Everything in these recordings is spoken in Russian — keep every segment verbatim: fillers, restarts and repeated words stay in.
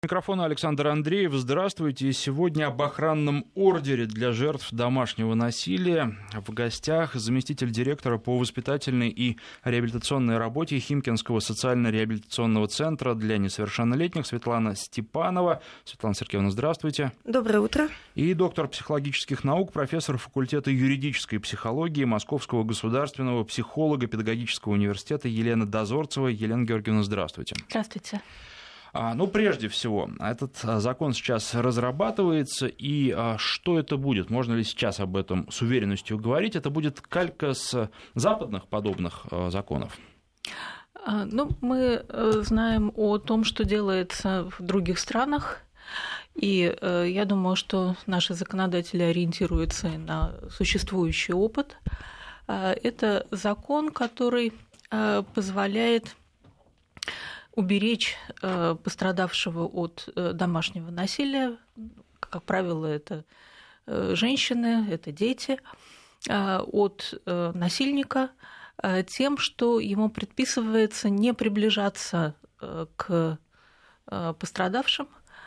Микрофон Александр Андреев. Здравствуйте. И сегодня об охранном ордере для жертв домашнего насилия. В гостях заместитель директора по воспитательной и реабилитационной работе Химкинского социально-реабилитационного центра для несовершеннолетних Светлана Степанова. Светлана Сергеевна, здравствуйте. Доброе утро. И доктор психологических наук, профессор факультета юридической психологии Московского государственного психолого-педагогического университета Елена Дозорцева. Елена Георгиевна, здравствуйте. Здравствуйте. Ну, прежде всего, этот закон сейчас разрабатывается, и что это будет? Можно ли сейчас об этом с уверенностью говорить? Это будет калька с западных подобных законов? Ну, мы знаем о том, что делается в других странах, и я думаю, что наши законодатели ориентируются на существующий опыт. Это закон, который позволяет уберечь пострадавшего от домашнего насилия. Как правило, это женщины, это дети, от насильника тем, что ему предписывается не приближаться к пострадавшим,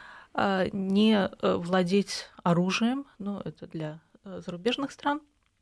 не владеть оружием, ну, это для зарубежных стран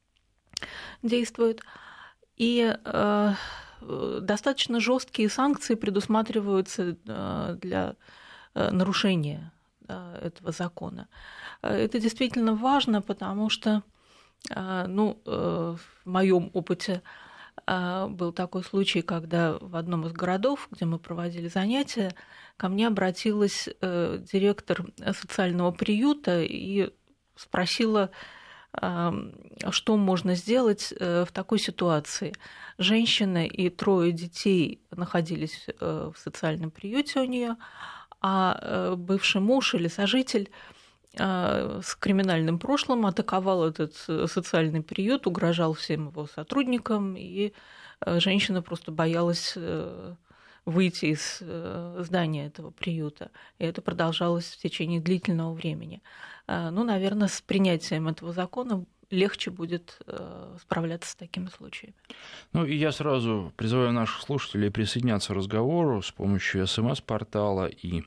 действует, и достаточно жесткие санкции предусматриваются для нарушения этого закона. Это действительно важно, потому что, ну, в моем опыте был такой случай, когда в одном из городов, где мы проводили занятия, ко мне обратилась директор социального приюта и спросила, что можно сделать в такой ситуации. Женщина и трое детей находились в социальном приюте у нее, а бывший муж или сожитель с криминальным прошлым атаковал этот социальный приют, угрожал всем его сотрудникам, и женщина просто боялась выйти из здания этого приюта. И это продолжалось в течение длительного времени. Ну, наверное, с принятием этого закона легче будет справляться с такими случаями. Ну, и я сразу призываю наших слушателей присоединяться к разговору с помощью СМС-портала и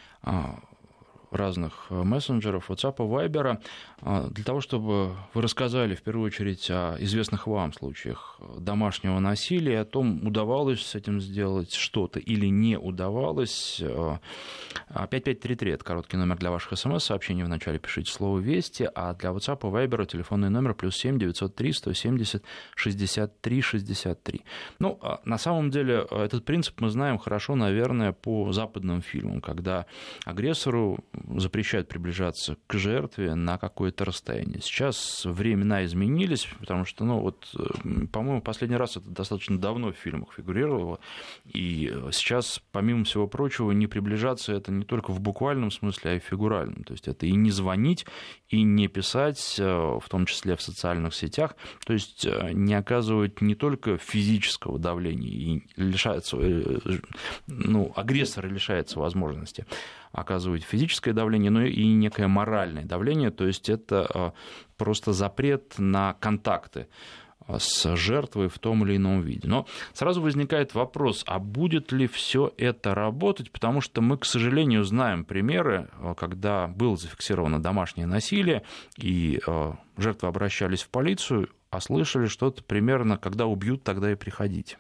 разных мессенджеров, WhatsApp и Viber, для того, чтобы вы рассказали в первую очередь о известных вам случаях домашнего насилия, о том, удавалось с этим сделать что-то или не удавалось. пять пять три три – это короткий номер для ваших смс-сообщений. Вначале пишите слово «Вести», а для WhatsApp и Viber телефонный номер плюс семь девятьсот три сто семьдесят шестьдесят три шестьдесят три. Ну, на самом деле, этот принцип мы знаем хорошо, наверное, по западным фильмам, когда агрессору запрещают приближаться к жертве на какое-то расстояние. Сейчас времена изменились, потому что, ну, вот, по-моему, последний раз это достаточно давно в фильмах фигурировало, и сейчас, помимо всего прочего, не приближаться это не только в буквальном смысле, а и в фигуральном. То есть это и не звонить, и не писать, в том числе в социальных сетях, то есть не оказывать не только физического давления, и лишается, ну, агрессор лишается возможности оказывать физическое давление, но и некое моральное давление, то есть это просто запрет на контакты с жертвой в том или ином виде. Но сразу возникает вопрос, а будет ли все это работать, потому что мы, к сожалению, знаем примеры, когда было зафиксировано домашнее насилие, и жертвы обращались в полицию, а слышали что-то примерно, когда убьют, тогда и приходите.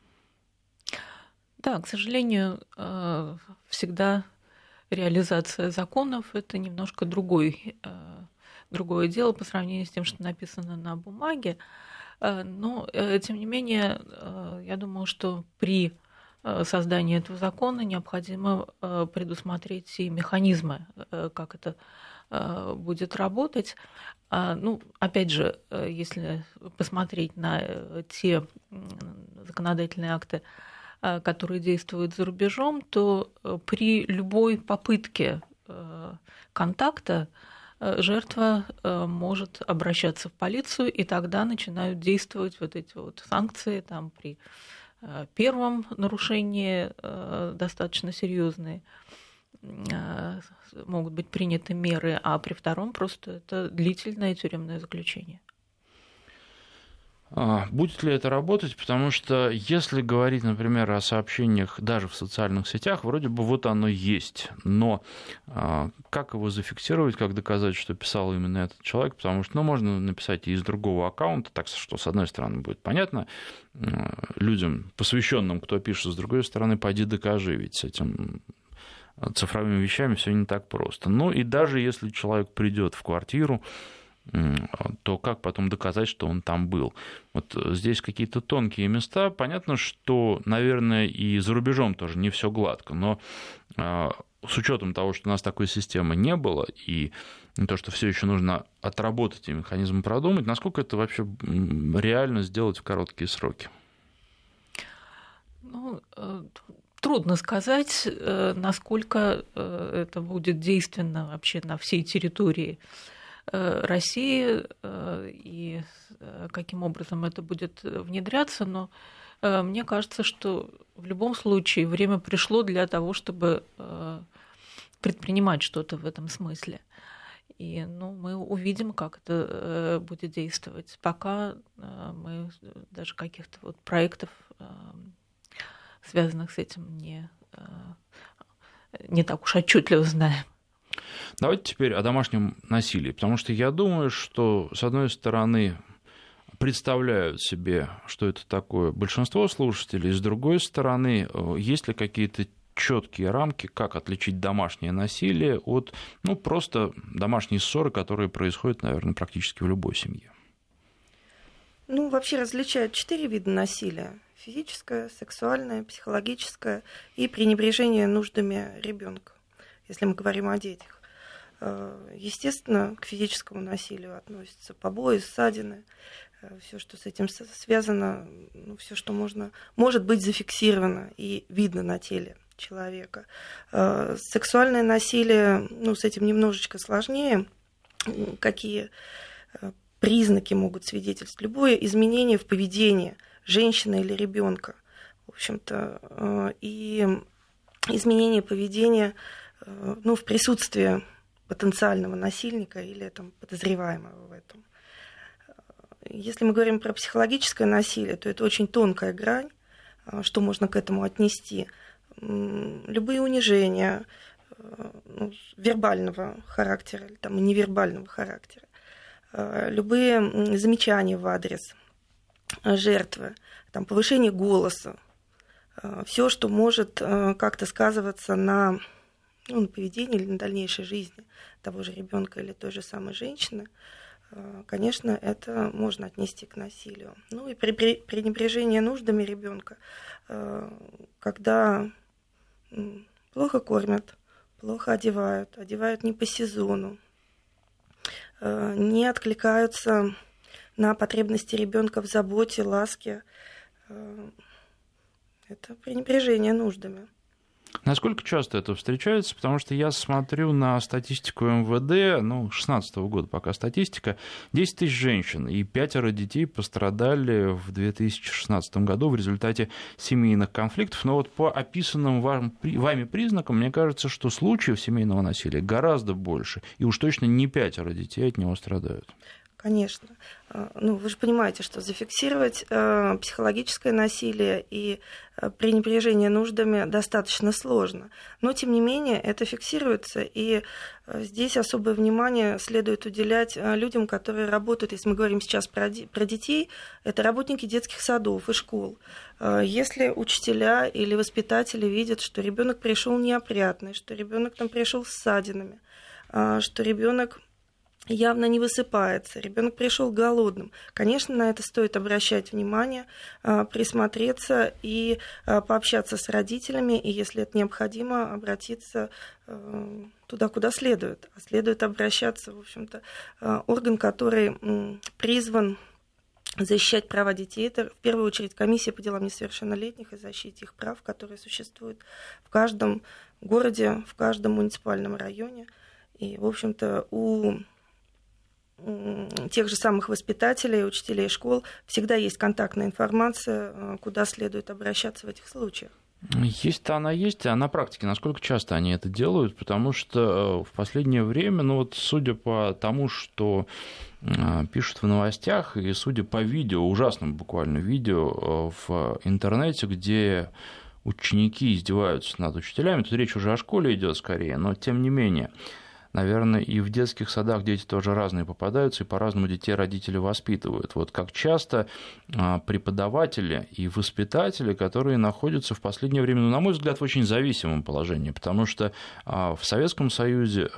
Да, к сожалению, всегда реализация законов – это немножко другой, другое дело по сравнению с тем, что написано на бумаге. Но, тем не менее, я думаю, что при создании этого закона необходимо предусмотреть и механизмы, как это будет работать. Ну, опять же, если посмотреть на те законодательные акты, которые действуют за рубежом, то при любой попытке контакта жертва может обращаться в полицию, и тогда начинают действовать вот эти вот санкции там, при первом нарушении достаточно серьезные могут быть приняты меры, а при втором просто это длительное тюремное заключение. Будет ли это работать? Потому что если говорить, например, о сообщениях даже в социальных сетях, вроде бы вот оно есть. Но как его зафиксировать, как доказать, что писал именно этот человек? Потому что ну, можно написать и из другого аккаунта, так что, с одной стороны, будет понятно людям, посвященным, кто пишет, с другой стороны, пойди докажи, ведь с этим цифровыми вещами все не так просто. Ну и даже если человек придет в квартиру, то как потом доказать, что он там был? Вот здесь какие-то тонкие места. Понятно, что, наверное, и за рубежом тоже не все гладко, но с учетом того, что у нас такой системы не было, и то, что все еще нужно отработать и механизм продумать, насколько это вообще реально сделать в короткие сроки? Ну, трудно сказать, насколько это будет действенно вообще на всей территории России и каким образом это будет внедряться, но мне кажется, что в любом случае время пришло для того, чтобы предпринимать что-то в этом смысле. И ну, мы увидим, как это будет действовать. Пока мы даже каких-то вот проектов, связанных с этим, не, не так уж отчетливо знаем. Давайте теперь о домашнем насилии, потому что я думаю, что, с одной стороны, представляют себе, что это такое большинство слушателей, с другой стороны, есть ли какие-то четкие рамки, как отличить домашнее насилие от ну, просто домашней ссоры, которые происходят, наверное, практически в любой семье? Ну, вообще различают четыре вида насилия: физическое, сексуальное, психологическое и пренебрежение нуждами ребенка, если мы говорим о детях. Естественно, к физическому насилию относятся побои, ссадины, все, что с этим связано, ну, все, что можно, может быть зафиксировано и видно на теле человека. Сексуальное насилие, ну, с этим немножечко сложнее. Какие признаки могут свидетельствовать? Любое изменение в поведении женщины или ребенка, в общем-то, и изменение поведения, ну, в присутствии потенциального насильника или там, подозреваемого в этом. Если мы говорим про психологическое насилие, то это очень тонкая грань, что можно к этому отнести. Любые унижения ну, вербального характера или там, невербального характера, любые замечания в адрес жертвы, там, повышение голоса, все, что может как-то сказываться на ну, на поведении или на дальнейшей жизни того же ребенка или той же самой женщины, конечно, это можно отнести к насилию. Ну и пренебрежение нуждами ребенка, когда плохо кормят, плохо одевают, одевают не по сезону, не откликаются на потребности ребенка в заботе, ласке, это пренебрежение нуждами. Насколько часто это встречается? Потому что я смотрю на статистику эм вэ дэ, ну, шестнадцатого года пока статистика, десять тысяч женщин и пятеро детей пострадали в две тысячи шестнадцатом году в результате семейных конфликтов. Но вот по описанным вами признакам, мне кажется, что случаев семейного насилия гораздо больше, и уж точно не пятеро детей от него страдают. Конечно. Ну, вы же понимаете, что зафиксировать э, психологическое насилие и э, пренебрежение нуждами достаточно сложно. Но, тем не менее, это фиксируется, и э, здесь особое внимание следует уделять э, людям, которые работают, если мы говорим сейчас про, про детей, это работники детских садов и школ. Э, если учителя или воспитатели видят, что ребенок пришел неопрятный, что ребенок там пришел с ссадинами, э, что ребенок явно не высыпается, ребенок пришел голодным. Конечно, на это стоит обращать внимание, присмотреться и пообщаться с родителями, и, если это необходимо, обратиться туда, куда следует. А следует обращаться, в общем-то, орган, который призван защищать права детей. Это, в первую очередь, комиссия по делам несовершеннолетних и защите их прав, которая существует в каждом городе, в каждом муниципальном районе. И, в общем-то, у тех же самых воспитателей, учителей школ всегда есть контактная информация, куда следует обращаться в этих случаях. Есть-то она есть, а на практике насколько часто они это делают, потому что в последнее время, ну вот судя по тому, что пишут в новостях, и судя по видео, ужасным буквально видео в интернете, где ученики издеваются над учителями, тут речь уже о школе идет скорее, но тем не менее, наверное, и в детских садах дети тоже разные попадаются, и по-разному детей родители воспитывают. Вот как часто преподаватели и воспитатели, которые находятся в последнее время, ну, на мой взгляд, в очень зависимом положении, потому что в Советском Союзе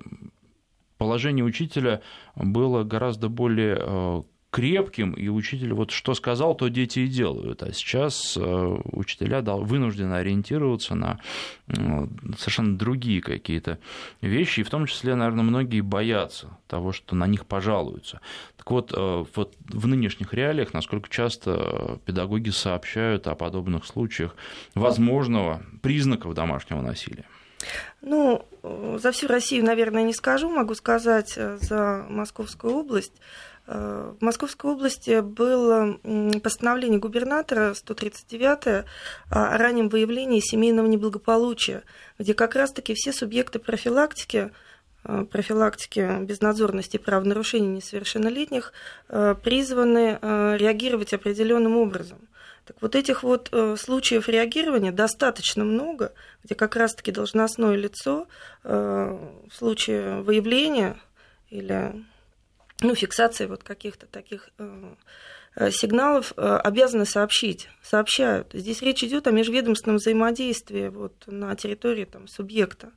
положение учителя было гораздо более крепким, и учитель вот что сказал, то дети и делают. А сейчас учителя вынуждены ориентироваться на совершенно другие какие-то вещи, и в том числе, наверное, многие боятся того, что на них пожалуются. Так вот, вот в нынешних реалиях, насколько часто педагоги сообщают о подобных случаях возможного признаков домашнего насилия? Ну, за всю Россию, наверное, не скажу, могу сказать за Московскую область. В Московской области было постановление губернатора сто тридцать девятое о раннем выявлении семейного неблагополучия, где как раз-таки все субъекты профилактики, профилактики безнадзорности и правонарушений несовершеннолетних призваны реагировать определенным образом. Так вот этих вот случаев реагирования достаточно много, где как раз-таки должностное лицо в случае выявления или ну, фиксации вот каких-то таких сигналов обязаны сообщить, сообщают. Здесь речь идет о межведомственном взаимодействии вот на территории там, субъекта.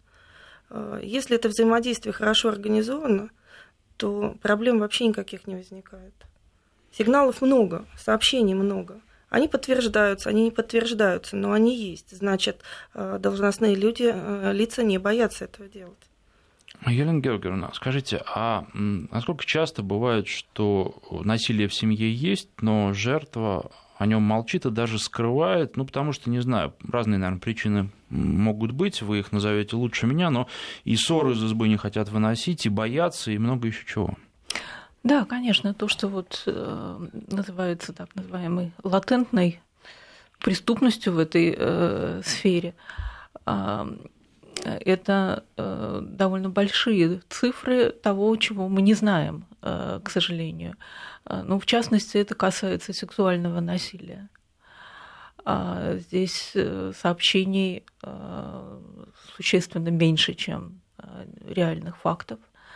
Если это взаимодействие хорошо организовано, то проблем вообще никаких не возникает. Сигналов много, сообщений много. Они подтверждаются, они не подтверждаются, но они есть. Значит, должностные люди, лица не боятся этого делать. Елена Георгиевна, скажите, а насколько часто бывает, что насилие в семье есть, но жертва о нем молчит и даже скрывает, ну, потому что, не знаю, разные, наверное, причины могут быть, вы их назовете лучше меня, но и ссоры из избы не хотят выносить, и боятся, и много еще чего. Да, конечно, то, что вот э, называется так называемой латентной преступностью в этой э, сфере, э, это э, довольно большие цифры того, чего мы не знаем, э, к сожалению. Ну, в частности, это касается сексуального насилия. А здесь сообщений э, существенно меньше, чем э, реальных фактов.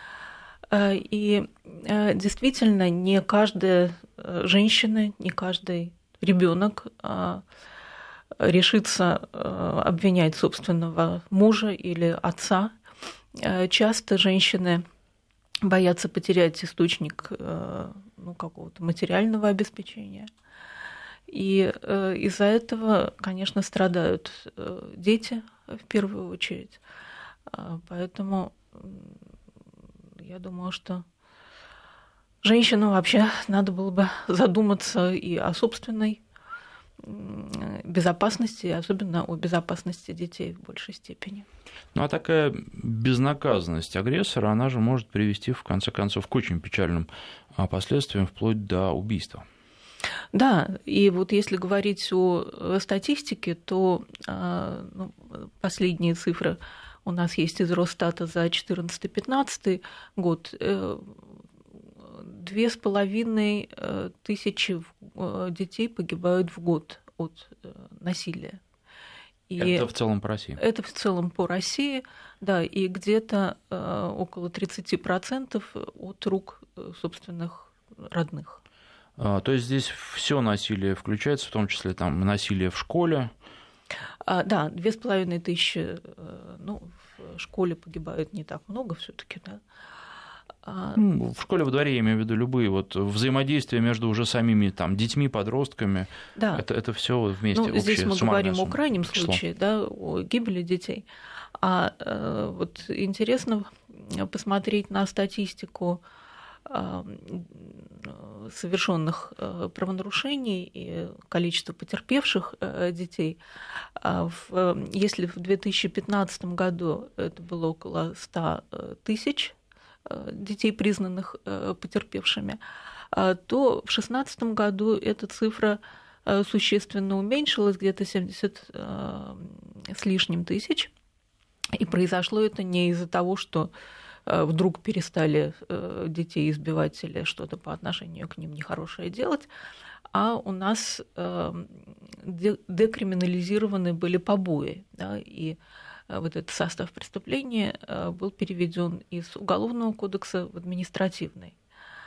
И действительно, не каждая женщина, не каждый ребенок решится обвинять собственного мужа или отца. Часто женщины боятся потерять источник ну, какого-то материального обеспечения. И из-за этого, конечно, страдают дети в первую очередь. Поэтому я думаю, что женщинам вообще надо было бы задуматься и о собственной безопасности, особенно о безопасности детей в большей степени. Ну а такая безнаказанность агрессора, она же может привести, в конце концов, к очень печальным последствиям, вплоть до убийства. Да, и вот если говорить о статистике, то ну, последние цифры у нас есть из Росстата за две тысячи четырнадцатый-две тысячи пятнадцатый год. Две с половиной тысячи детей погибают в год от насилия. И это в целом по России? Это в целом по России, да, и где-то около тридцать процентов от рук собственных родных. То есть здесь все насилие включается, в том числе там насилие в школе? А, да, две с половиной тысячи, ну, в школе погибают не так много все-таки, да. А... Ну, в школе, во дворе, я имею в виду любые вот взаимодействия между уже самими там детьми, подростками, да. это, это все вместе. Ну, здесь мы говорим сумма, о крайнем число. случае, да, о гибели детей. А вот интересно посмотреть на статистику совершенных правонарушений и количество потерпевших детей. Если в две тысячи пятнадцатом году это было около ста тысяч детей, признанных потерпевшими, то в две тысячи шестнадцатом году эта цифра существенно уменьшилось, где-то семьдесят с лишним тысяч. И произошло это не из-за того, что вдруг перестали детей избивать или что-то по отношению к ним нехорошее делать, а у нас декриминализированы были побои, да, и вот этот состав преступления был переведен из Уголовного кодекса в административный.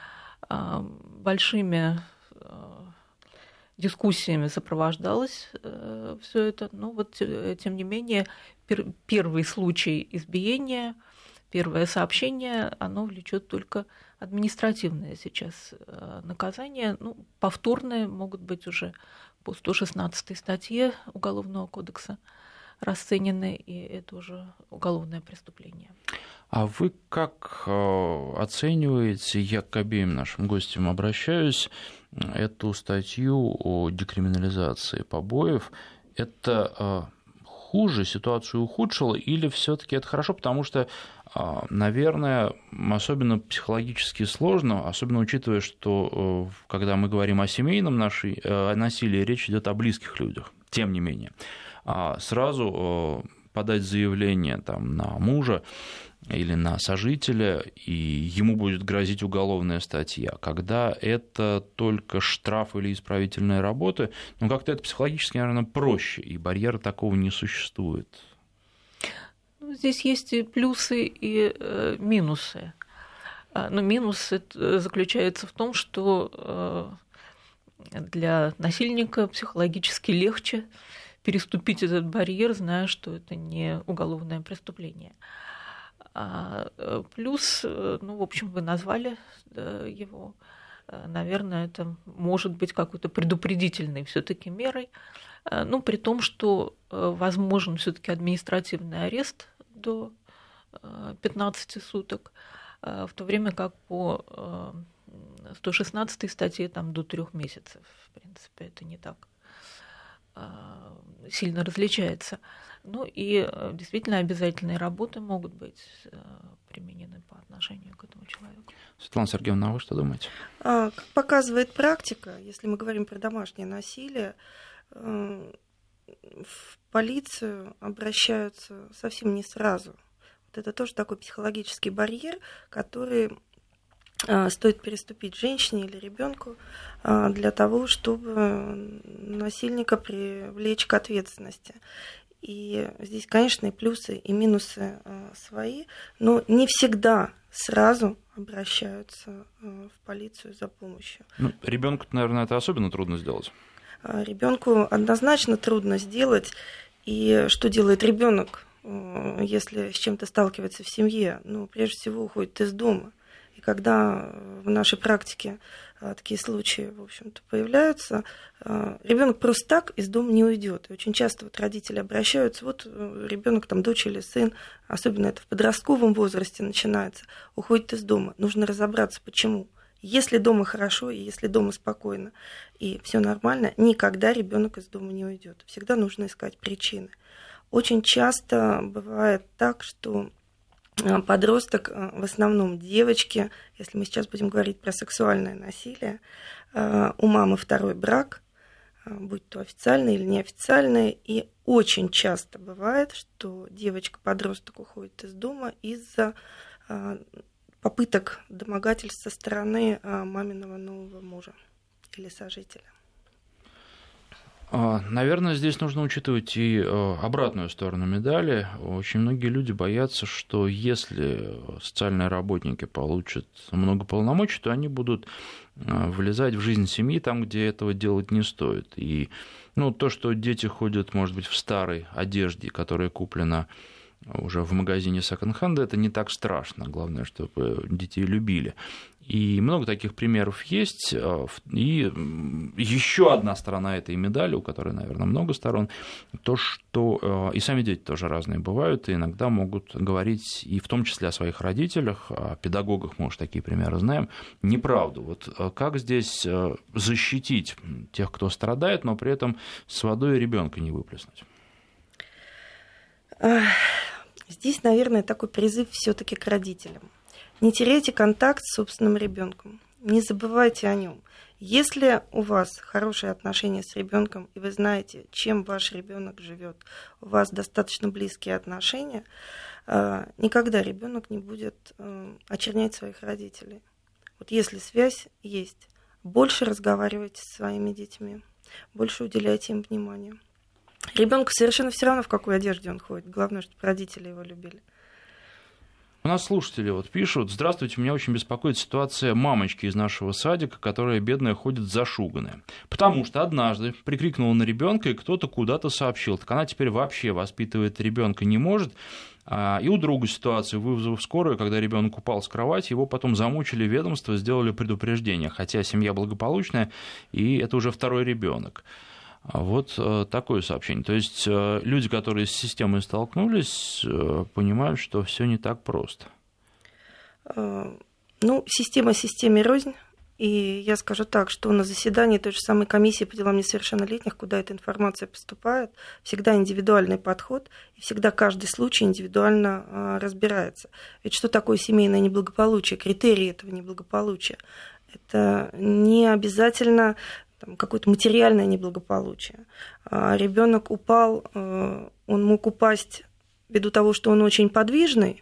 Большими дискуссиями сопровождалось все это, но вот тем не менее первый случай избиения, первое сообщение, оно влечет только административное сейчас наказание. Ну, повторные могут быть уже по сто шестнадцатой статье Уголовного кодекса расценены, и это уже уголовное преступление. А вы как оцениваете, я к обеим нашим гостям обращаюсь, эту статью о декриминализации побоев? Это хуже, ситуацию ухудшило, или все-таки это хорошо, потому что, наверное, особенно психологически сложно, особенно учитывая, что когда мы говорим о семейном насилии, речь идет о близких людях, тем не менее. Сразу подать заявление там, на мужа или на сожителя, и ему будет грозить уголовная статья. Когда это только штраф или исправительные работы, ну, как-то это психологически, наверное, проще, и барьера такого не существует. Ну, здесь есть и плюсы, и э, минусы. Но минус заключается в том, что э, для насильника психологически легче переступить этот барьер, зная, что это не уголовное преступление. А плюс, ну, в общем, вы назвали его, наверное, это может быть какой-то предупредительной все-таки мерой, ну, при том, что возможен все-таки административный арест до пятнадцати суток, в то время как по сто шестнадцатой статье там до трех месяцев, в принципе, это не так сильно различается. Ну и действительно обязательные работы могут быть применены по отношению к этому человеку. Светлана Сергеевна, а вы что думаете? Как показывает практика, если мы говорим про домашнее насилие, в полицию обращаются совсем не сразу. Вот это тоже такой психологический барьер, который стоит переступить женщине или ребенку для того, чтобы насильника привлечь к ответственности. И здесь, конечно, и плюсы, и минусы свои, но не всегда сразу обращаются в полицию за помощью. Ну, ребенку, наверное, это особенно трудно сделать. Ребенку однозначно трудно сделать. И что делает ребенок, если с чем-то сталкивается в семье? Ну, прежде всего, уходит из дома. И когда в нашей практике такие случаи, в общем-то, появляются, ребенок просто так из дома не уйдет. И очень часто вот родители обращаются, вот ребенок, там, дочь или сын, особенно это в подростковом возрасте начинается, уходит из дома. Нужно разобраться, почему. Если дома хорошо, и если дома спокойно, и все нормально, никогда ребенок из дома не уйдет. Всегда нужно искать причины. Очень часто бывает так, что подросток, в основном девочки, если мы сейчас будем говорить про сексуальное насилие, у мамы второй брак, будь то официальный или неофициальный, и очень часто бывает, что девочка-подросток уходит из дома из-за попыток домогательств со стороны маминого нового мужа или сожителя. Наверное, здесь нужно учитывать и обратную сторону медали. Очень многие люди боятся, что если социальные работники получат много полномочий, то они будут влезать в жизнь семьи там, где этого делать не стоит. И ну, то, что дети ходят, может быть, в старой одежде, которая куплена уже в магазине секонд-хенда, это не так страшно. Главное, чтобы детей любили. И много таких примеров есть. И еще одна сторона этой медали, у которой, наверное, много сторон, то, что и сами дети тоже разные бывают, и иногда могут говорить, и в том числе о своих родителях, о педагогах, мы уж такие примеры знаем, неправду. Вот как здесь защитить тех, кто страдает, но при этом с водой ребенка не выплеснуть? Здесь, наверное, такой призыв все-таки к родителям. Не теряйте контакт с собственным ребенком, не забывайте о нем. Если у вас хорошие отношения с ребенком, и вы знаете, чем ваш ребенок живет, у вас достаточно близкие отношения, никогда ребенок не будет очернять своих родителей. Вот если связь есть, больше разговаривайте со своими детьми, больше уделяйте им внимания. Ребенку совершенно все равно, в какой одежде он ходит. Главное, чтобы родители его любили. У нас слушатели вот пишут: здравствуйте, меня очень беспокоит ситуация мамочки из нашего садика, которая, бедная, ходит зашуганная. Потому что однажды прикрикнула на ребенка, и кто-то куда-то сообщил. Так она теперь вообще воспитывать ребенка не может. И у друга ситуация, вызов скорую, когда ребенок упал с кровати, его потом замучили ведомство, сделали предупреждение. Хотя семья благополучная, и это уже второй ребенок. Вот такое сообщение. То есть люди, которые с системой столкнулись, понимают, что все не так просто. Ну, система системе рознь. И я скажу так, что на заседании той же самой комиссии по делам несовершеннолетних, куда эта информация поступает, всегда индивидуальный подход, и всегда каждый случай индивидуально разбирается. Ведь что такое семейное неблагополучие? Критерии этого неблагополучия. Это не обязательно там, какое-то материальное неблагополучие. Ребенок упал, он мог упасть ввиду того, что он очень подвижный,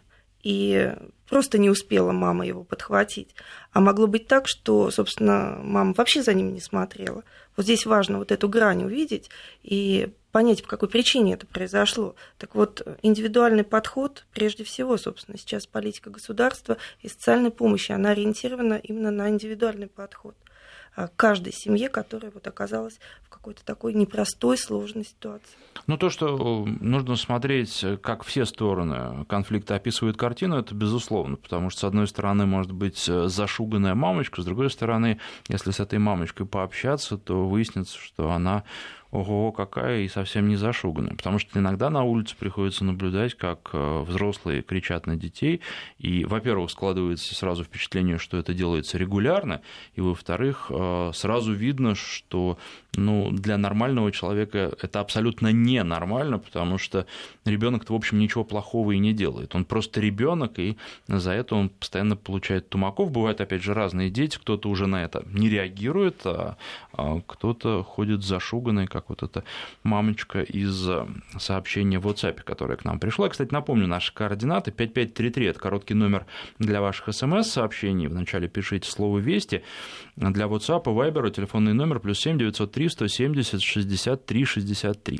и просто не успела мама его подхватить. А могло быть так, что, собственно, мама вообще за ним не смотрела. Вот здесь важно вот эту грань увидеть и понять, по какой причине это произошло. Так вот, индивидуальный подход, прежде всего, собственно, сейчас политика государства и социальной помощи, она ориентирована именно на индивидуальный подход каждой семье, которая вот оказалась в какой-то такой непростой, сложной ситуации. Ну, то, что нужно смотреть, как все стороны конфликта описывают картину, это безусловно, потому что, с одной стороны, может быть зашуганная мамочка, с другой стороны, если с этой мамочкой пообщаться, то выяснится, что она ого, какая, и совсем не зашуганная. Потому что иногда на улице приходится наблюдать, как взрослые кричат на детей, и, во-первых, складывается сразу впечатление, что это делается регулярно, и, во-вторых, сразу видно, что ну, для нормального человека это абсолютно ненормально, потому что ребенок-то, в общем, ничего плохого и не делает. Он просто ребенок, и за это он постоянно получает тумаков. Бывают, опять же, разные дети, кто-то уже на это не реагирует, а кто-то ходит зашуганный, как вот эта мамочка из сообщения в WhatsApp, которое к нам пришло. Я, кстати, напомню, наши координаты пять пять три три, это короткий номер для ваших смс-сообщений. Вначале пишите слово «Вести». Для WhatsApp и Viber телефонный номер плюс семь девятьсот три сто семьдесят шестьдесят три шестьдесят три.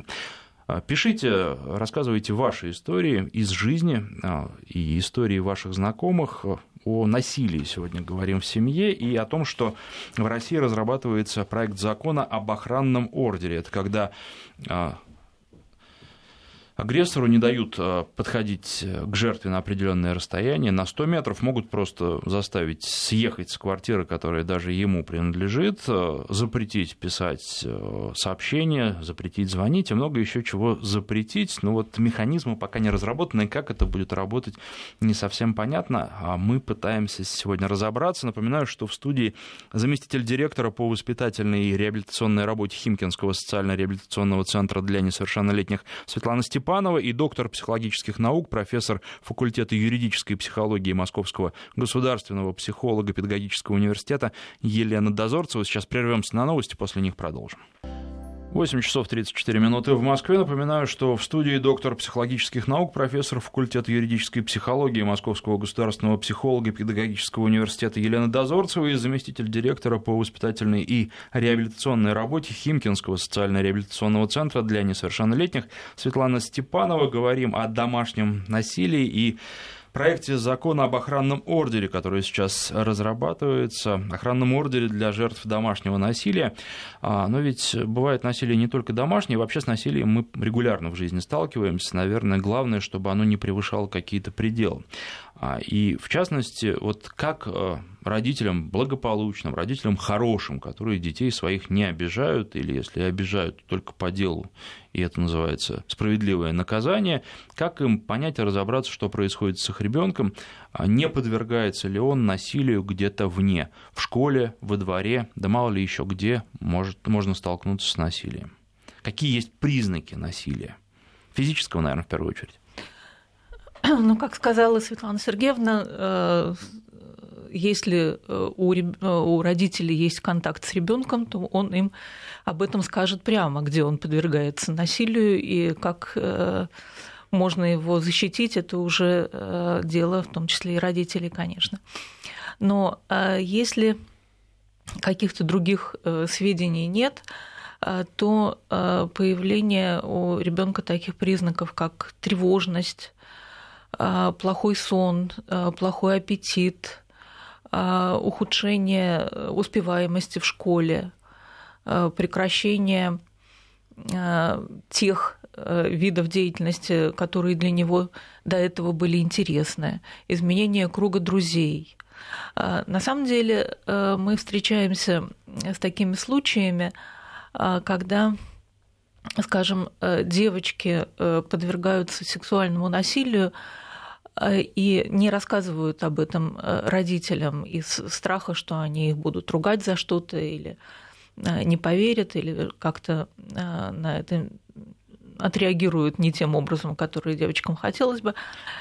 Пишите, рассказывайте ваши истории из жизни и истории ваших знакомых. О насилии сегодня говорим в семье и о том, что в России разрабатывается проект закона об охранном ордере. Это когда агрессору не дают подходить к жертве на определенное расстояние, на сто метров, могут просто заставить съехать с квартиры, которая даже ему принадлежит, запретить писать сообщения, запретить звонить и много еще чего запретить. Но вот механизмы пока не разработаны, как это будет работать, не совсем понятно, а мы пытаемся сегодня разобраться. Напоминаю, что в студии заместитель директора по воспитательной и реабилитационной работе Химкинского социально-реабилитационного центра для несовершеннолетних Светлана Степанова и доктор психологических наук, профессор факультета юридической психологии Московского государственного психолого-педагогического университета Елена Дозорцева. Сейчас прервемся на новости, после них продолжим. восемь часов тридцать четыре минуты в Москве. Напоминаю, что в студии доктор психологических наук, профессор факультета юридической психологии Московского государственного психолого-педагогического университета Елена Дозорцева и заместитель директора по воспитательной и реабилитационной работе Химкинского социально-реабилитационного центра для несовершеннолетних Светлана Степанова. Говорим о домашнем насилии и проекте закона об охранном ордере, который сейчас разрабатывается, охранном ордере для жертв домашнего насилия. Но ведь бывает насилие не только домашнее, вообще с насилием мы регулярно в жизни сталкиваемся. Наверное, главное, чтобы оно не превышало какие-то пределы. И, в частности, вот как родителям благополучным, родителям хорошим, которые детей своих не обижают, или если обижают, только по делу, и это называется справедливое наказание, как им понять и разобраться, что происходит с их ребенком, не подвергается ли он насилию где-то вне, в школе, во дворе, да мало ли еще где может, можно столкнуться с насилием. Какие есть признаки насилия? Физического, наверное, в первую очередь. Ну, как сказала Светлана Сергеевна, если у, у родителей есть контакт с ребенком, то он им об этом скажет прямо, где он подвергается насилию и как можно его защитить, это уже дело, в том числе и родителей, конечно. Но если каких-то других сведений нет, то появление у ребенка таких признаков, как тревожность, плохой сон, плохой аппетит, ухудшение успеваемости в школе, прекращение тех видов деятельности, которые для него до этого были интересны, изменение круга друзей. На самом деле мы встречаемся с такими случаями, когда, скажем, девочки подвергаются сексуальному насилию и не рассказывают об этом родителям из страха, что они их будут ругать за что-то или не поверят, или как-то на это отреагируют не тем образом, который девочкам хотелось бы.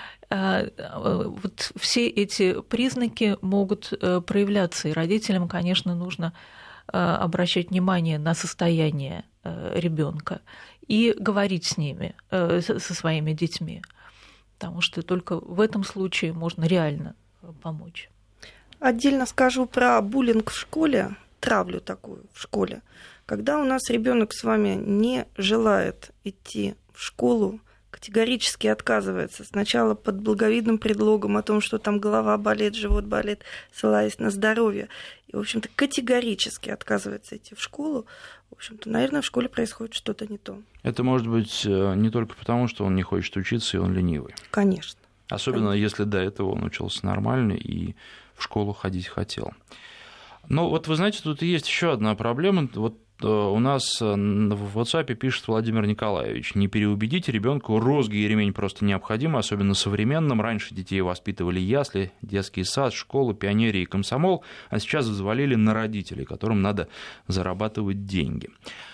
Вот все эти признаки могут проявляться, и родителям, конечно, нужно обращать внимание на состояние ребенка и говорить с ними, со своими детьми, потому что только в этом случае можно реально помочь. Отдельно скажу про буллинг в школе, травлю такую в школе. Когда у нас ребенок с вами не желает идти в школу, категорически отказывается. Сначала под благовидным предлогом о том, что там голова болит, живот болит, ссылаясь на здоровье. И, в общем-то, категорически отказывается идти в школу. В общем-то, наверное, в школе происходит что-то не то. Это может быть не только потому, что он не хочет учиться, и он ленивый. Конечно. Особенно, Конечно. если до этого он учился нормально и в школу ходить хотел. Но вот вы знаете, тут есть еще одна проблема. Вот у нас в WhatsApp пишет Владимир Николаевич: не переубедите ребенка, розги и ремень просто необходимы, особенно современным. Раньше детей воспитывали ясли, детский сад, школа, пионерия и комсомол, а сейчас взвалили на родителей, которым надо зарабатывать деньги.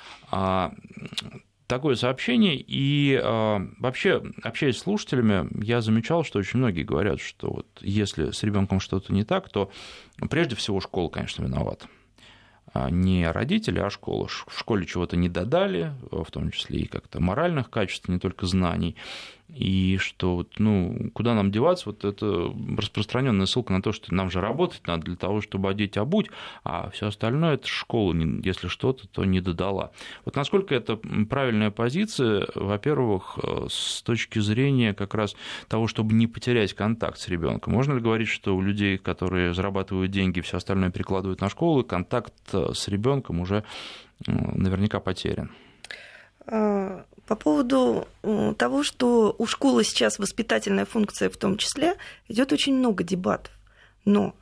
Такое сообщение, и вообще, общаясь с слушателями, я замечал, что очень многие говорят, что вот если с ребенком что-то не так, то прежде всего школа, конечно, виновата. Не родители, а школа. В школе чего-то не додали, в том числе и как-то моральных качеств, не только знаний. И что, ну, куда нам деваться, вот это распространенная ссылка на то, что нам же работать надо для того, чтобы одеть, обуть, а все остальное это школа, если что-то, то не додала. Вот насколько это правильная позиция, во-первых, с точки зрения как раз того, чтобы не потерять контакт с ребенком. Можно ли говорить, что у людей, которые зарабатывают деньги, все остальное перекладывают на школу, контакт с ребенком уже наверняка потерян? По поводу того, что у школы сейчас воспитательная функция в том числе, идет очень много дебатов. Но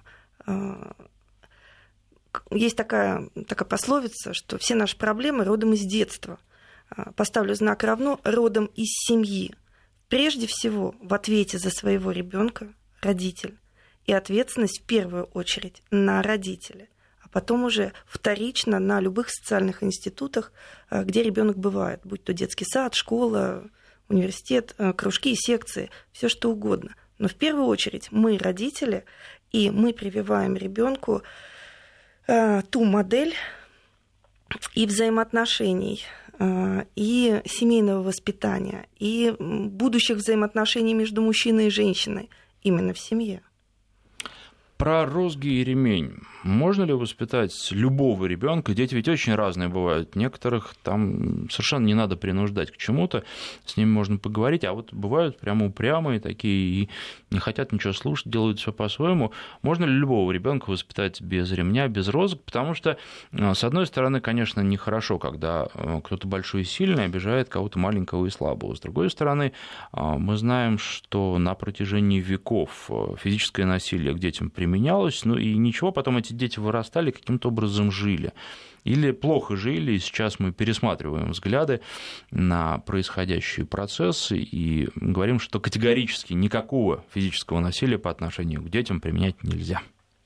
есть такая, такая пословица, что все наши проблемы родом из детства. Поставлю знак равно, родом из семьи. Прежде всего в ответе за своего ребенка родитель. И ответственность в первую очередь на родителя. Потом уже вторично на любых социальных институтах, где ребенок бывает, будь то детский сад, школа, университет, кружки, секции, все что угодно. Но в первую очередь мы родители, и мы прививаем ребенку ту модель и взаимоотношений, и семейного воспитания, и будущих взаимоотношений между мужчиной и женщиной именно в семье. Про розги и ремень. Можно ли воспитать любого ребенка? Дети ведь очень разные бывают. Некоторых там совершенно не надо принуждать к чему-то, с ними можно поговорить, а вот бывают прямо упрямые такие и не хотят ничего слушать, делают все по-своему. Можно ли любого ребенка воспитать без ремня, без розок? Потому что, с одной стороны, конечно, нехорошо, когда кто-то большой и сильный обижает кого-то маленького и слабого. С другой стороны, мы знаем, что на протяжении веков физическое насилие к детям применялось, ну и ничего, потом эти дети вырастали, каким-то образом жили. Или плохо жили, и сейчас мы пересматриваем взгляды на происходящие процессы и говорим, что категорически никакого физического насилия по отношению к детям применять нельзя.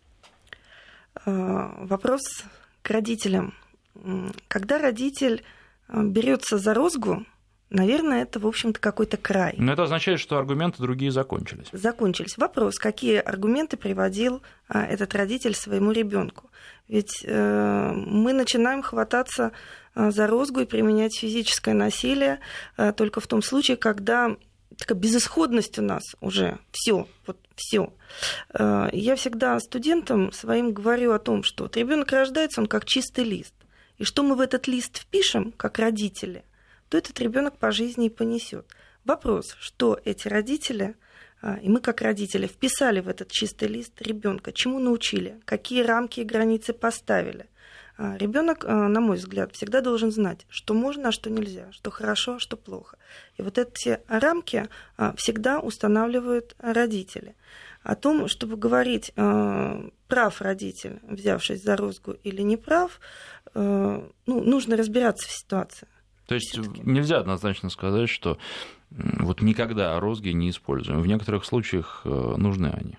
Вопрос к родителям. Когда родитель берется за розгу, наверное, это, в общем-то, какой-то край. Но это означает, что аргументы другие закончились. Закончились. Вопрос, какие аргументы приводил а, этот родитель своему ребенку? Ведь э, мы начинаем хвататься а, за розгу и применять физическое насилие а, только в том случае, когда такая безысходность у нас уже все, вот все. Я всегда студентам своим говорю о том, что вот ребенок рождается, он как чистый лист. И что мы в этот лист впишем, как родители, то этот ребенок по жизни и понесет. Вопрос, что эти родители, и мы как родители, вписали в этот чистый лист ребенка, чему научили, какие рамки и границы поставили. Ребенок, на мой взгляд, всегда должен знать, что можно, а что нельзя, что хорошо, а что плохо. И вот эти рамки всегда устанавливают родители. О том, чтобы говорить, прав родитель, взявшись за розгу, или не прав, ну, нужно разбираться в ситуации. То есть всё-таки нельзя однозначно сказать, что вот никогда розги не используем. В некоторых случаях нужны они.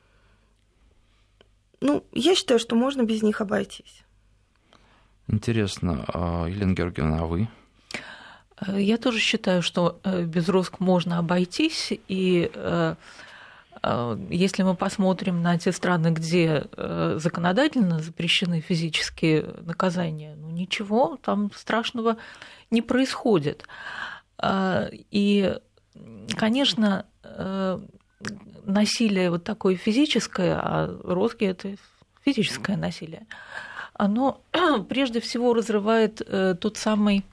Ну, я считаю, что можно без них обойтись. Интересно, Елена Георгиевна, а вы? Я тоже считаю, что без розг можно обойтись, и если мы посмотрим на те страны, где законодательно запрещены физические наказания, ну ничего там страшного не происходит. И, конечно, насилие вот такое физическое, а розги – это физическое насилие, оно прежде всего разрывает тот самый,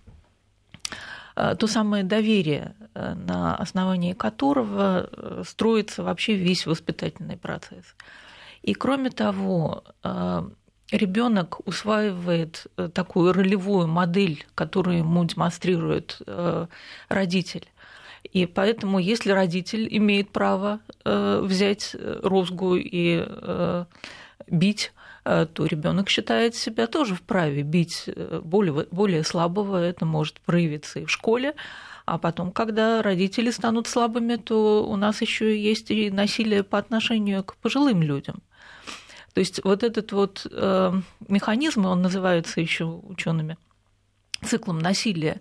то самое доверие, на основании которого строится вообще весь воспитательный процесс. И кроме того, ребенок усваивает такую ролевую модель, которую ему демонстрирует родитель. И поэтому, если родитель имеет право взять розгу и бить, то ребенок считает себя тоже вправе бить более, более слабого. Это может проявиться и в школе. А потом, когда родители станут слабыми, то у нас еще есть и насилие по отношению к пожилым людям. То есть вот этот вот механизм, он называется еще учеными циклом насилия,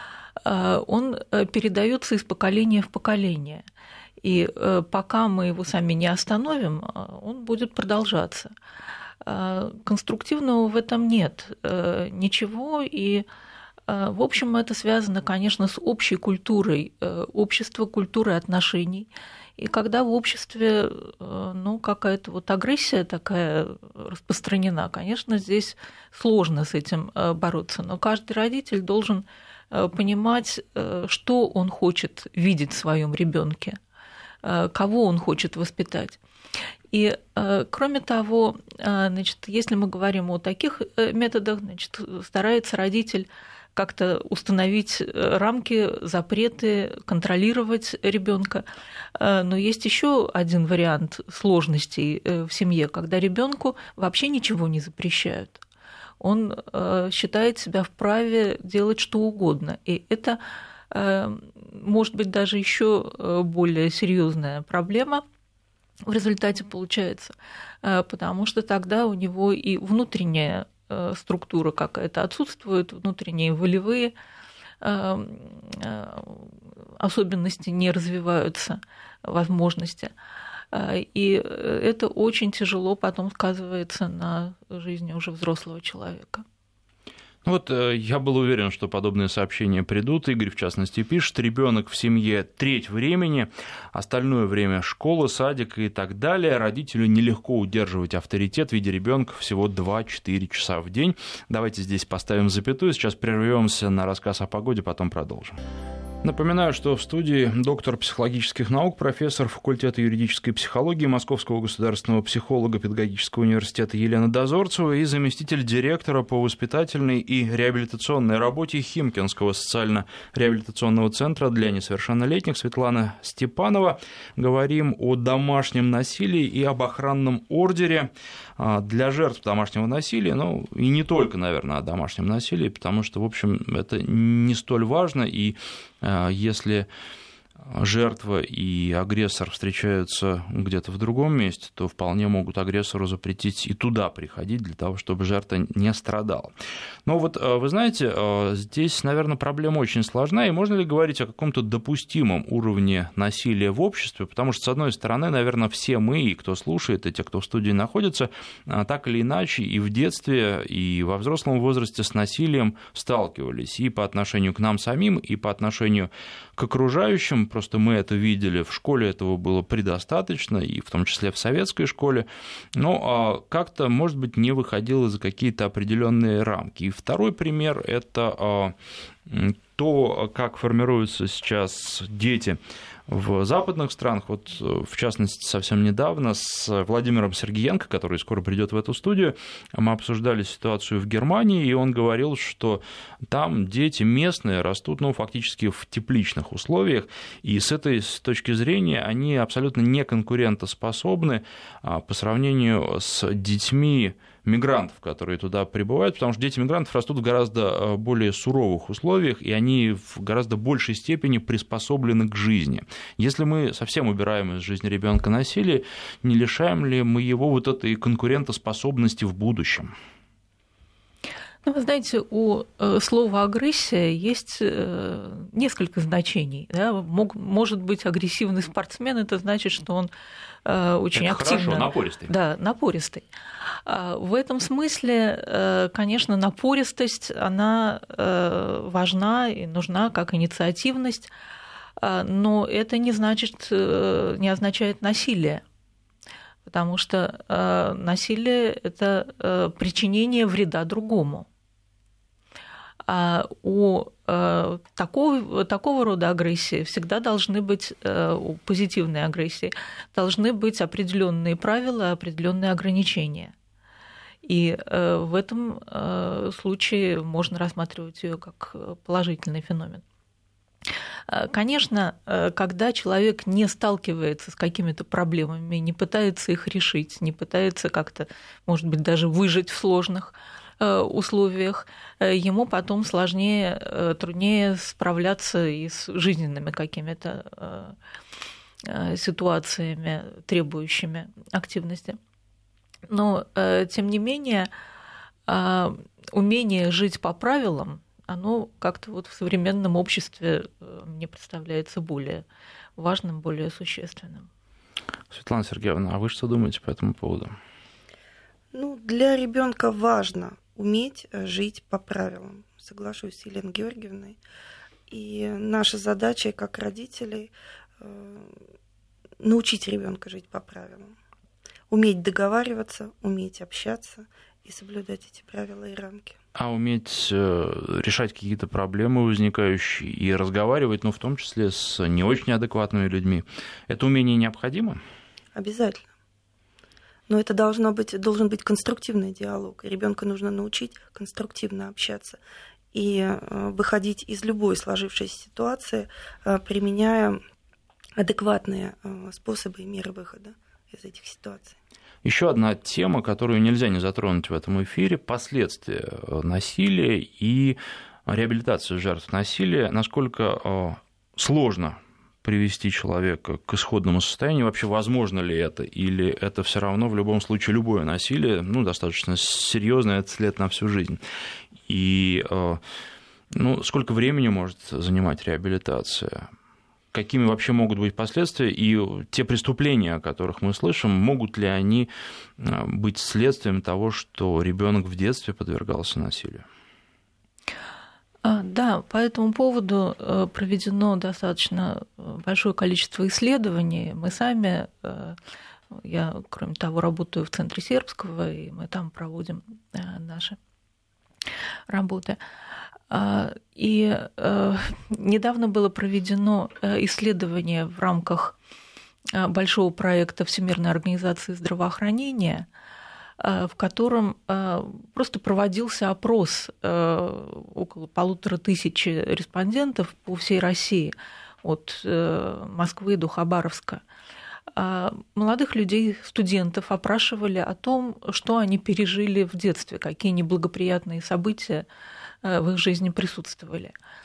он передается из поколения в поколение. И пока мы его сами не остановим, он будет продолжаться. Конструктивного в этом нет ничего, и, в общем, это связано, конечно, с общей культурой общества, культурой отношений. И когда в обществе ну, какая-то вот агрессия такая распространена, конечно, здесь сложно с этим бороться. Но каждый родитель должен понимать, что он хочет видеть в своем ребенке, кого он хочет воспитать. И, кроме того, значит, если мы говорим о таких методах, значит, старается родитель как-то установить рамки, запреты, контролировать ребенка. Но есть еще один вариант сложностей в семье, когда ребенку вообще ничего не запрещают. Он считает себя вправе делать что угодно. И это может быть даже еще более серьезная проблема в результате получается, потому что тогда у него и внутренняя структура какая-то отсутствует, внутренние волевые особенности не развиваются, возможности. И это очень тяжело потом сказывается на жизни уже взрослого человека. Вот я был уверен, что подобные сообщения придут. Игорь, в частности, пишет: ребенок в семье треть времени, остальное время школа, садик и так далее. Родителю нелегко удерживать авторитет в виде ребенка всего два-четыре часа в день. Давайте здесь поставим запятую. Сейчас прервемся на рассказ о погоде, потом продолжим. Напоминаю, что в студии доктор психологических наук, профессор факультета юридической психологии Московского государственного психолого-педагогического университета Елена Дозорцева и заместитель директора по воспитательной и реабилитационной работе Химкинского социально-реабилитационного центра для несовершеннолетних Светлана Степанова. Говорим о домашнем насилии и об охранном ордере для жертв домашнего насилия, ну и не только, наверное, о домашнем насилии, потому что, в общем, это не столь важно, и если жертва и агрессор встречаются где-то в другом месте, то вполне могут агрессору запретить и туда приходить для того, чтобы жертва не страдала. Но вот вы знаете, здесь, наверное, проблема очень сложна, и можно ли говорить о каком-то допустимом уровне насилия в обществе, потому что, с одной стороны, наверное, все мы, и кто слушает, и те, кто в студии находится, так или иначе и в детстве, и во взрослом возрасте с насилием сталкивались и по отношению к нам самим, и по отношению к окружающим. Просто мы это видели, в школе этого было предостаточно, и в том числе в советской школе, но как-то, может быть, не выходило за какие-то определенные рамки. И второй пример – это то, как формируются сейчас дети в западных странах. Вот, в частности, совсем недавно с Владимиром Сергеенко, который скоро придет в эту студию, мы обсуждали ситуацию в Германии, и он говорил, что там дети местные растут, ну, фактически в тепличных условиях, и с этой точки зрения они абсолютно не конкурентоспособны по сравнению с детьми мигрантов, которые туда прибывают, потому что дети мигрантов растут в гораздо более суровых условиях, и они в гораздо большей степени приспособлены к жизни. Если мы совсем убираем из жизни ребенка насилие, не лишаем ли мы его вот этой конкурентоспособности в будущем? Ну, вы знаете, у слова «агрессия» есть несколько значений. Да? Может быть, агрессивный спортсмен – это значит, что он очень это активно… Хорошо, напористый. Да, напористый. В этом смысле, конечно, напористость, она важна и нужна как инициативность, но это не значит, не означает насилие. Потому что насилие – это причинение вреда другому. А у такого, такого рода агрессии всегда должны быть, у позитивной агрессии, должны быть определенные правила, определенные ограничения. И в этом случае можно рассматривать ее как положительный феномен. Конечно, когда человек не сталкивается с какими-то проблемами, не пытается их решить, не пытается как-то, может быть, даже выжить в сложных условиях, ему потом сложнее, труднее справляться и с жизненными какими-то ситуациями, требующими активности. Но, тем не менее, умение жить по правилам, оно как-то вот в современном обществе мне представляется более важным, более существенным. Светлана Сергеевна, а вы что думаете по этому поводу? Ну, для ребенка важно уметь жить по правилам. Соглашусь с Еленой Георгиевной. И наша задача как родителей научить ребенка жить по правилам. Уметь договариваться, уметь общаться и соблюдать эти правила и рамки. А уметь решать какие-то проблемы возникающие и разговаривать, ну, в том числе с не очень адекватными людьми, это умение необходимо? Обязательно. Но это должно быть, должен быть конструктивный диалог. Ребенка нужно научить конструктивно общаться и выходить из любой сложившейся ситуации, применяя адекватные способы и меры выхода из этих ситуаций. Еще одна тема, которую нельзя не затронуть в этом эфире – последствия насилия и реабилитация жертв насилия. Насколько сложно привести человека к исходному состоянию, вообще возможно ли это, или это все равно в любом случае любое насилие, ну, достаточно серьезное, это след на всю жизнь. И ну, сколько времени может занимать реабилитация? Какими вообще могут быть последствия, и те преступления, о которых мы слышим, могут ли они быть следствием того, что ребенок в детстве подвергался насилию? Да, по этому поводу проведено достаточно большое количество исследований. Мы сами, я, кроме того, работаю в Центре Сербского, и мы там проводим наши работы. И недавно было проведено исследование в рамках большого проекта Всемирной организации здравоохранения, в котором просто проводился опрос около полутора тысяч респондентов по всей России, от Москвы до Хабаровска. Молодых людей, студентов опрашивали о том, что они пережили в детстве, какие неблагоприятные события в их жизни присутствовали.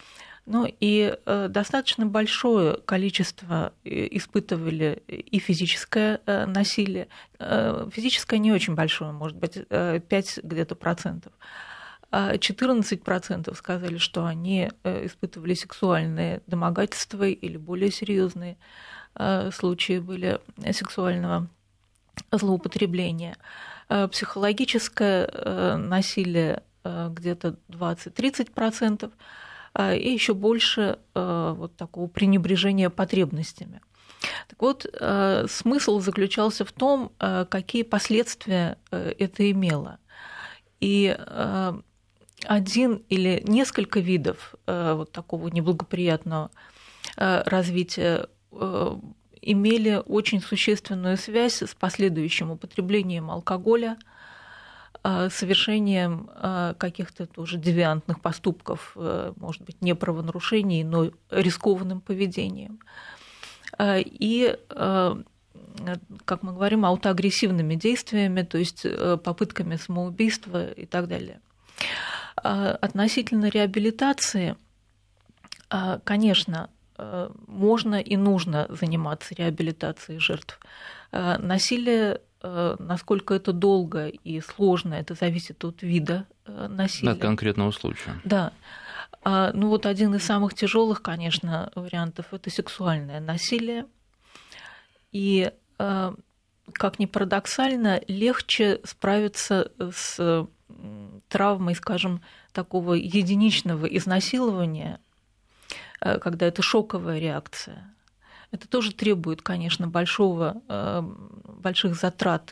Ну и достаточно большое количество испытывали и физическое насилие. Физическое не очень большое, может быть, пять где-то процентов. четырнадцать процентов сказали, что они испытывали сексуальные домогательства или более серьезные случаи были сексуального злоупотребления. Психологическое насилие где-то двадцать-тридцать процентов, и еще больше вот такого пренебрежения потребностями. Так вот, смысл заключался в том, какие последствия это имело. И один или несколько видов вот такого неблагоприятного развития имели очень существенную связь с последующим употреблением алкоголя, совершением каких-то тоже девиантных поступков, может быть, не правонарушений, но рискованным поведением. И, как мы говорим, аутоагрессивными действиями, то есть попытками самоубийства и так далее. Относительно реабилитации, конечно, можно и нужно заниматься реабилитацией жертв. Насилие, насколько это долго и сложно, это зависит от вида насилия. От конкретного случая. Да. Ну вот один из самых тяжелых, конечно, вариантов – это сексуальное насилие. И, как ни парадоксально, легче справиться с травмой, скажем, такого единичного изнасилования, когда это шоковая реакция. Это тоже требует, конечно, большого, больших затрат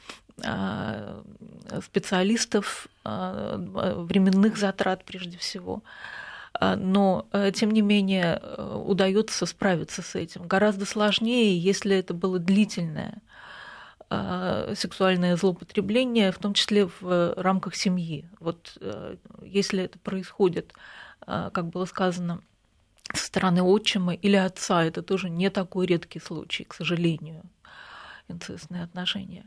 специалистов, временных затрат прежде всего. Но, тем не менее, удается справиться с этим. Гораздо сложнее, если это было длительное сексуальное злоупотребление, в том числе в рамках семьи. Вот если это происходит, как было сказано, со стороны отчима или отца, это тоже не такой редкий случай, к сожалению, инцестные отношения,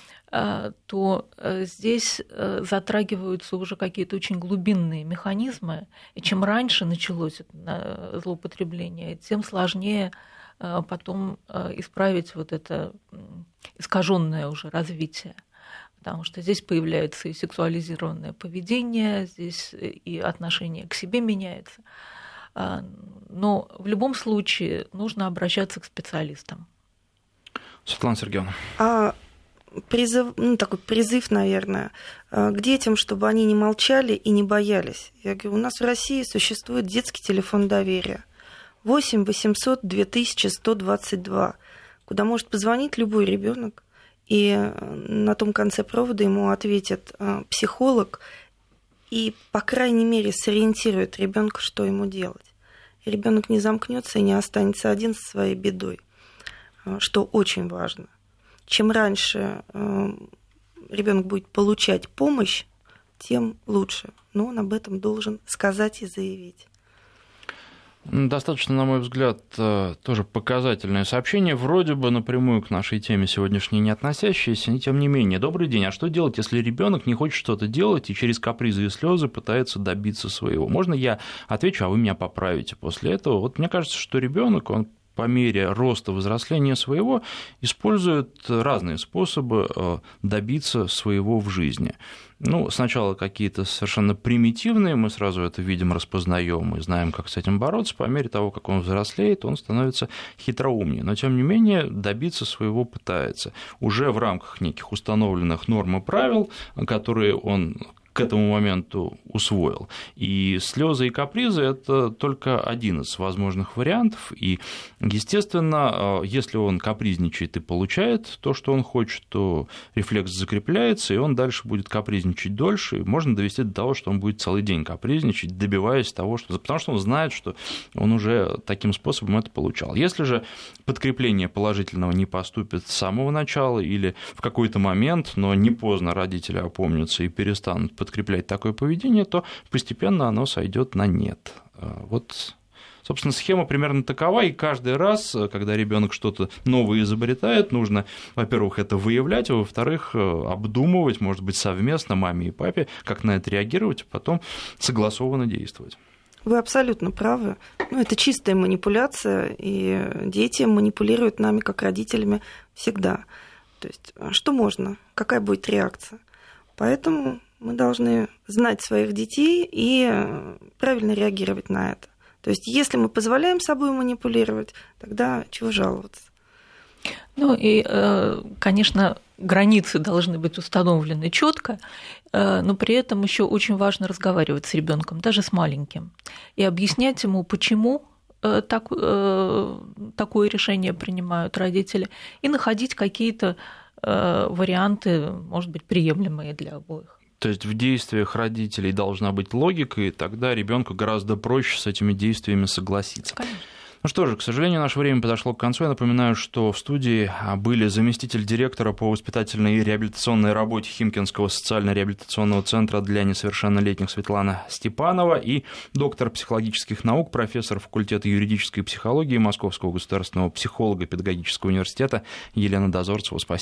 то здесь затрагиваются уже какие-то очень глубинные механизмы, и чем раньше началось это злоупотребление, тем сложнее потом исправить вот это искаженное уже развитие. Потому что здесь появляется и сексуализированное поведение, здесь и отношение к себе меняется. Но в любом случае нужно обращаться к специалистам. Светлана Сергеевна. А призыв, ну, такой призыв, наверное, к детям, чтобы они не молчали и не боялись. Я говорю, у нас в России существует детский телефон доверия восемь восемьсот две тысячи сто двадцать два, куда может позвонить любой ребенок, и на том конце провода ему ответит психолог и, по крайней мере, сориентирует ребенка, что ему делать. И ребенок не замкнется и не останется один со своей бедой, что очень важно. Чем раньше ребенок будет получать помощь, тем лучше. Но он об этом должен сказать и заявить. Достаточно, на мой взгляд, тоже показательное сообщение, вроде бы напрямую к нашей теме сегодняшней не относящееся, но тем не менее. Добрый день. А что делать, если ребенок не хочет что-то делать и через капризы и слезы пытается добиться своего? Можно я отвечу, а вы меня поправите после этого? Вот мне кажется, что ребенок, он по мере роста, взросления своего использует разные способы добиться своего в жизни. Ну, сначала какие-то совершенно примитивные, мы сразу это видим, распознаем и знаем, как с этим бороться. По мере того, как он взрослеет, он становится хитроумнее. Но, тем не менее, добиться своего пытается. Уже в рамках неких установленных норм и правил, которые он к этому моменту усвоил. И слезы и капризы – это только один из возможных вариантов. И, естественно, если он капризничает и получает то, что он хочет, то рефлекс закрепляется, и он дальше будет капризничать дольше. И можно довести до того, что он будет целый день капризничать, добиваясь того, что... потому что он знает, что он уже таким способом это получал. Если же подкрепление положительного не поступит с самого начала или в какой-то момент, но не поздно родители опомнятся и перестанут подкреплять такое поведение, то постепенно оно сойдет на нет. Вот, собственно, схема примерно такова, и каждый раз, когда ребенок что-то новое изобретает, нужно, во-первых, это выявлять, а во-вторых, обдумывать, может быть, совместно маме и папе, как на это реагировать, а потом согласованно действовать. Вы абсолютно правы. Ну, это чистая манипуляция, и дети манипулируют нами как родителями всегда. То есть что можно, какая будет реакция. Поэтому мы должны знать своих детей и правильно реагировать на это. То есть если мы позволяем собой манипулировать, тогда чего жаловаться? Ну и, конечно, границы должны быть установлены четко, но при этом еще очень важно разговаривать с ребенком, даже с маленьким, и объяснять ему, почему так, такое решение принимают родители, и находить какие-то варианты, может быть, приемлемые для обоих. То есть в действиях родителей должна быть логика, и тогда ребенку гораздо проще с этими действиями согласиться. Конечно. Ну что же, к сожалению, наше время подошло к концу. Я напоминаю, что в студии были заместитель директора по воспитательной и реабилитационной работе Химкинского социально-реабилитационного центра для несовершеннолетних Светлана Степанова и доктор психологических наук, профессор факультета юридической психологии Московского государственного психолого-педагогического университета Елена Дозорцева. Спасибо.